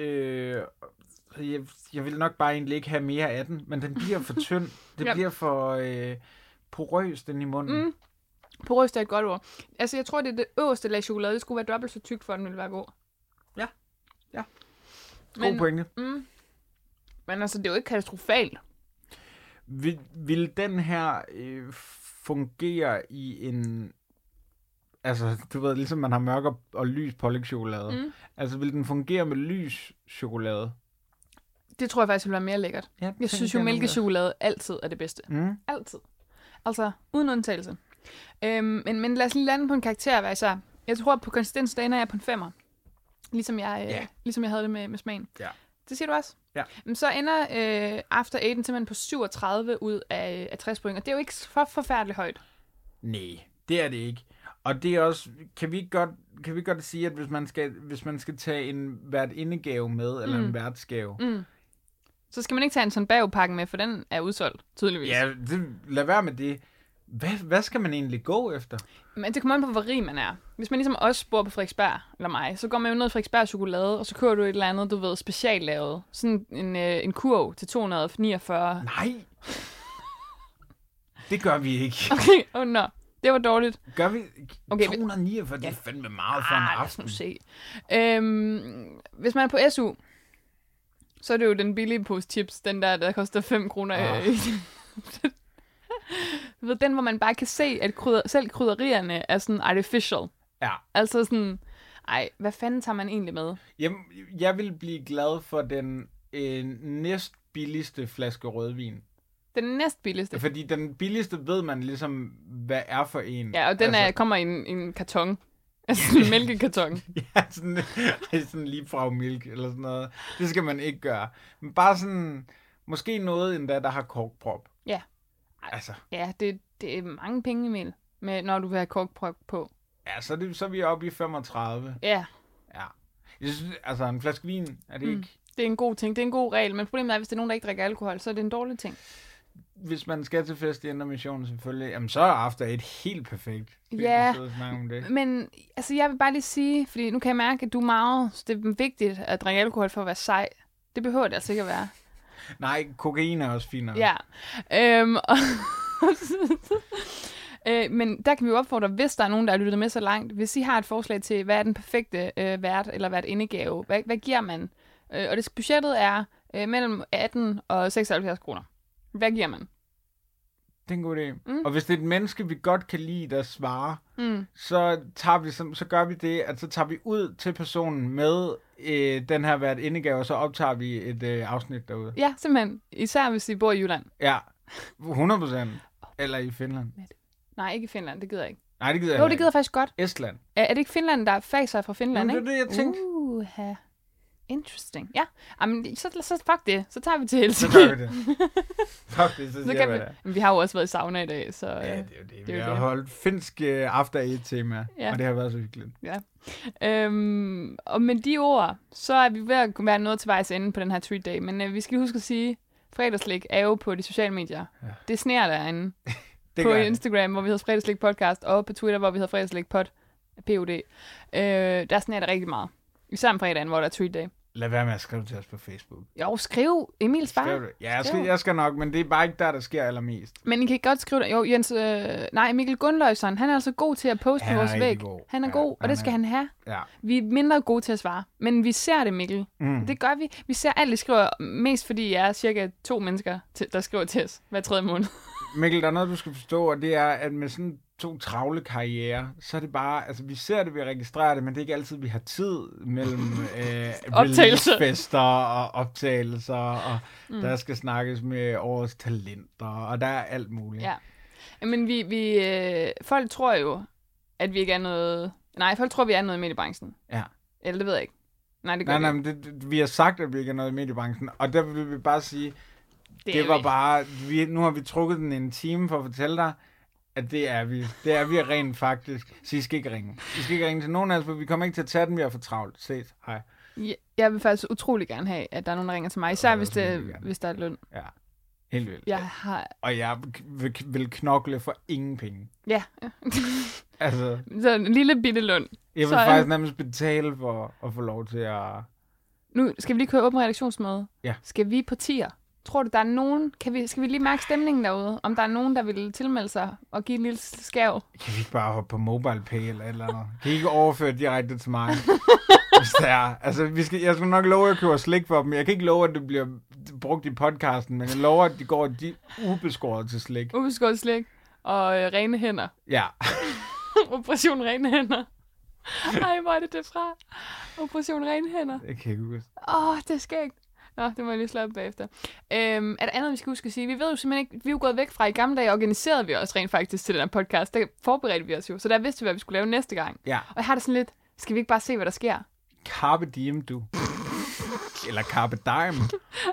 Jeg vil nok bare egentlig ikke have mere af den, men den bliver for tynd. Det bliver for porøst ind i munden. Porøst er et godt ord. Altså, jeg tror, det er det øverste lag chokolade. Det skulle være dobbelt så tykt, for at den ville være god. Ja. God pointe. Men altså, det er jo ikke katastrofalt. Vil den her fungere i en... Altså, du ved, ligesom man har mørk og lys pålægtschokolade. Altså, vil den fungere med lys chokolade? Det tror jeg faktisk vil være mere lækkert. Ja, jeg synes jo, mælkechokolade altid er det bedste. Altid. Altså, uden undtagelse. Men lad os lige lande på en karakter, hvad så. Jeg tror, at på konsistens, der ender jeg på en 5'er. Ligesom jeg havde det med smagen. Ja. Det siger du også? Ja. Men så ender After 8 simpelthen på 37 ud af 60 point. Og det er jo ikke for forfærdeligt højt. Nej, det er det ikke. Og det er også, kan vi godt sige, at hvis man skal tage en værtindegave med, eller en værtsgave, så skal man ikke tage en sådan bagpakke med, for den er udsolgt, tydeligvis. Ja, lad være med det. Hvad skal man egentlig gå efter? Men det kommer an på, hvor rig man er. Hvis man ligesom også bor på Frederiksberg, eller mig, så går man jo ned i Frederiksberg chokolade, og så kører du et eller andet, du ved, speciallavet. Sådan en kurv til 249. Nej! Det gør vi ikke. Okay, no. Det var dårligt. Gør vi 249? Det er fandme meget for en aften. Se. Hvis man er på SU, så er det jo den billige pose chips, den der koster 5 kroner. Du ved, den, hvor man bare kan se, at selv krydderierne er sådan artificial. Ja. Altså sådan, hvad fanden tager man egentlig med? Jamen, jeg vil blive glad for den næst billigste flaske rødvin. Den næstbilligste? Fordi den billigste ved man ligesom, hvad er for en. Ja, og den kommer i en karton. Altså sådan en mælkekarton. Ja, sådan lige fra mælk eller sådan noget. Det skal man ikke gøre. Men bare sådan, måske noget endda, der har korkprop. Ja. Altså. Ja, det er mange penge, Emil, når du vil have korkprop på. Ja, så er vi oppe i 35. Ja. Ja. Jeg synes, altså en flaske vin, er det ikke? Det er en god ting. Det er en god regel. Men problemet er, hvis det er nogen, der ikke drikker alkohol, så er det en dårlig ting. Hvis man skal til fest i Indre Mission selvfølgelig, jamen så er after et helt perfekt. Ja, om det. men altså jeg vil bare lige sige, fordi nu kan jeg mærke, at du er meget, det er vigtigt at drikke alkohol for at være sej. Det behøver det altså ikke at være. Nej, kokain er også finere. Ja. Men der kan vi jo opfordre, hvis der er nogen, der har lyttet med så langt, hvis I har et forslag til, hvad er den perfekte vært eller vært indegave, hvad giver man? Og det budgettet er mellem 18 og 76 kroner. Hvad giver man? Det er en god idé. Og hvis det er et menneske, vi godt kan lide, der svarer, så gør vi det, at så tager vi ud til personen med den her vært indegave, og så optager vi et afsnit derude. Ja, simpelthen. Især hvis I bor i Jylland. Ja, 100%. Eller i Finland. Nej, ikke i Finland. Det gider jeg ikke. Nej, det gider jeg Jo, det gider jeg faktisk godt. Estland. Er det ikke Finland, der faser fra Finland, ikke? Det er det, jeg tænkte. Interesting. Ja, jamen, så fuck det. Så tager vi til Helsinki. Så gør vi det. Fuck det, så siger jeg det. Vi har jo også været i sauna i dag, så... Ja, det er jo det. Vi har holdt finsk after 8-tema, og det har været så hyggeligt. Ja. Og med de ord, så er vi ved at være nået til vejs ende på den her treat day, men vi skal huske at sige, fredagslik er jo på de sociale medier. Ja. Det sner derinde. På Instagram, hvor vi hedder Fredagslik Podcast, og på Twitter, hvor vi hedder Fredagslik POD. Der sner det rigtig meget. Især om fredagen, hvor der er treat day. Lad være med at skrive til os på Facebook. Jo, skriv Emils far. Ja, jeg skal nok, men det er bare ikke der sker allermest. Men I kan godt skrive det. Jo, Jens, Mikkel Gunnløjsen, han er altså god til at poste på vores væg. Han er god, og det skal han have. Ja. Vi er mindre gode til at svare, men vi ser det, Mikkel. Det gør vi. Vi ser alt, I skriver, mest fordi jeg er cirka 2 mennesker, der skriver til os hver 3. måned. Mikkel, der er noget, du skal forstå, og det er, at med sådan 2 travle karrierer, så er det bare, altså vi ser det, vi registrerer det, men det er ikke altid, vi har tid mellem releasefester og optagelser, og der skal snakkes med årets talenter, og der er alt muligt. Ja, men folk tror jo, at vi ikke er noget... Nej, folk tror, vi er noget i mediebranchen. Ja. Eller det ved jeg ikke. Nej, det gør nej, men vi har sagt, at vi ikke er noget i mediebranchen, og der vil vi bare sige, det var bare... Nu har vi trukket den en time for at fortælle dig, at det er vi. Det er vi rent faktisk. Så I skal ikke ringe. I skal ikke ringe til nogen af os, for vi kommer ikke til at tage den, vi er for travlt. Ses. Hej. Jeg vil faktisk utrolig gerne have, at der er nogen, der ringer til mig. Især hvis der er løn. Ja, helt vildt. Og jeg vil knokle for ingen penge. Ja. Altså, så en lille bitte løn. Jeg vil faktisk nærmest betale for at få lov til at... Nu skal vi lige køre åben redaktionsmøde. Ja. Skal vi på tier? Tror du, der er nogen... Skal vi lige mærke stemningen derude? Om der er nogen, der vil tilmelde sig og give en lille skæv? Kan vi ikke bare hoppe på MobilePay eller et eller andet? Kan I ikke overføre direkte til mig? Hvis det er. Altså, jeg skal nok love, at jeg køber slik for dem. Jeg kan ikke love, at det bliver brugt i podcasten, men jeg lover, at de går ubeskåret til slik. Ubeskåret slik og rene hænder. Ja. Operation rene hænder. Ej, hvor er det fra? Operation rene hænder. Det kan jeg ikke huske. Det er skægt. Nå, det må jeg lige slå op bagefter. Er der andet, vi skal huske at sige? Vi ved jo simpelthen ikke, vi er jo gået væk fra i gamle dage, organiserede vi os rent faktisk til den her podcast. Der forberedte vi os jo, så der vidste vi, hvad vi skulle lave næste gang. Ja. Og jeg har det sådan lidt, skal vi ikke bare se, hvad der sker? Carpe diem, du. Eller carpe diem.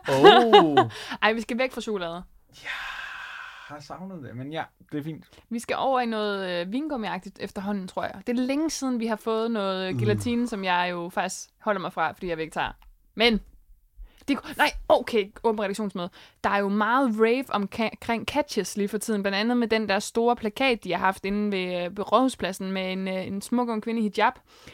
Ej, vi skal væk fra chokolade. Ja, har savnet det, men ja, det er fint. Vi skal over i noget vingummi-agtigt efterhånden, tror jeg. Det er længe siden, vi har fået noget gelatine, som jeg jo faktisk holder mig fra, fordi jeg er vegetar. Men... åben redaktionsmøde. Der er jo meget rave omkring Catches lige for tiden, blandt andet med den der store plakat, de har haft inde ved Rådhuspladsen med en smuk ung kvinde i hijab,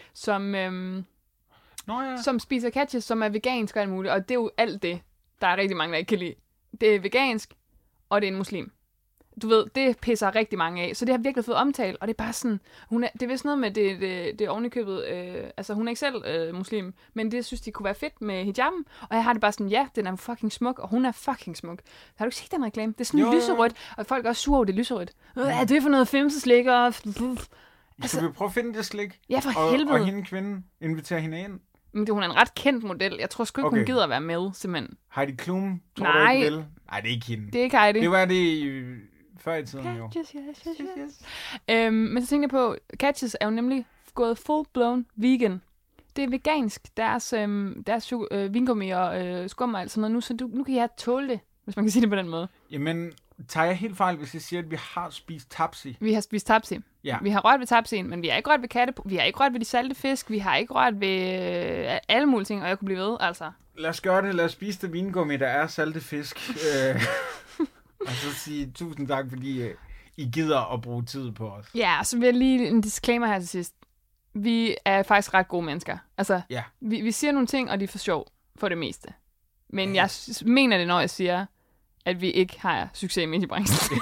som spiser Catches, som er vegansk og alt muligt, og det er jo alt det, der er rigtig mange, der ikke kan lide. Det er vegansk, og det er en muslim. Du ved, det pisser rigtig mange af, så det har virkelig fået omtale, og det er bare sådan, det er vist noget med det er ovenikøbet, altså hun er ikke selv muslim, men det synes de kunne være fedt med hijaben, og jeg har det bare sådan, ja, den er fucking smuk, og hun er fucking smuk. Har du ikke set den reklame? Det er sådan lyserødt, og folk er også sure over det lyserødt. Hvad er det for noget femseslik, og... Altså, skal vi prøve at finde det slik? Ja, for helvede. Og hende kvinde, invitere hende ind? Men hun er en ret kendt model. Jeg tror sgu ikke, hun gider at være med, simpelthen. Heidi Klum, tror du ikke vil? Nej, det er ikke hende. Det er ikke Heidi. Det var det før i tiden, jo. Yes. Men så tænkte jeg på, Catches er jo nemlig gået full-blown vegan. Det er vegansk, deres vingummi og skum og alt sådan noget nu, så nu kan jeg tåle det, hvis man kan sige det på den måde. Jamen, tager jeg helt fejl, hvis jeg siger, at vi har spist tapsi? Vi har spist tapsi. Ja. Vi har rørt ved tapsien, men vi har ikke rørt ved vi har ikke rørt ved de salte fisk, vi har ikke rørt ved alle mulige ting, og jeg kunne blive ved, altså. Lad os gøre det. Lad os spise det vingummi, der er salte fisk. Og så sige tusind tak, fordi I gider at bruge tid på os. Ja, så vil jeg lige en disclaimer her til sidst. Vi er faktisk ret gode mennesker. Altså, ja. vi siger nogle ting, og de er for sjov for det meste. Men jeg mener det, når jeg siger, at vi ikke har succes i mediebranchen.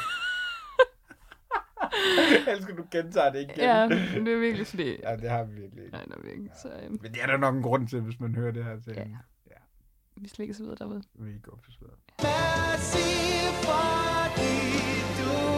Jeg elsker, du gentager det igen. Ja, det er virkelig fordi... Ja, det har vi virkelig ikke. Nej, det er virkelig. Så, men det er der nok en grund til, hvis man hører det her til. Ja. Vi slikker så videre derude. Vi går for videre. Ja.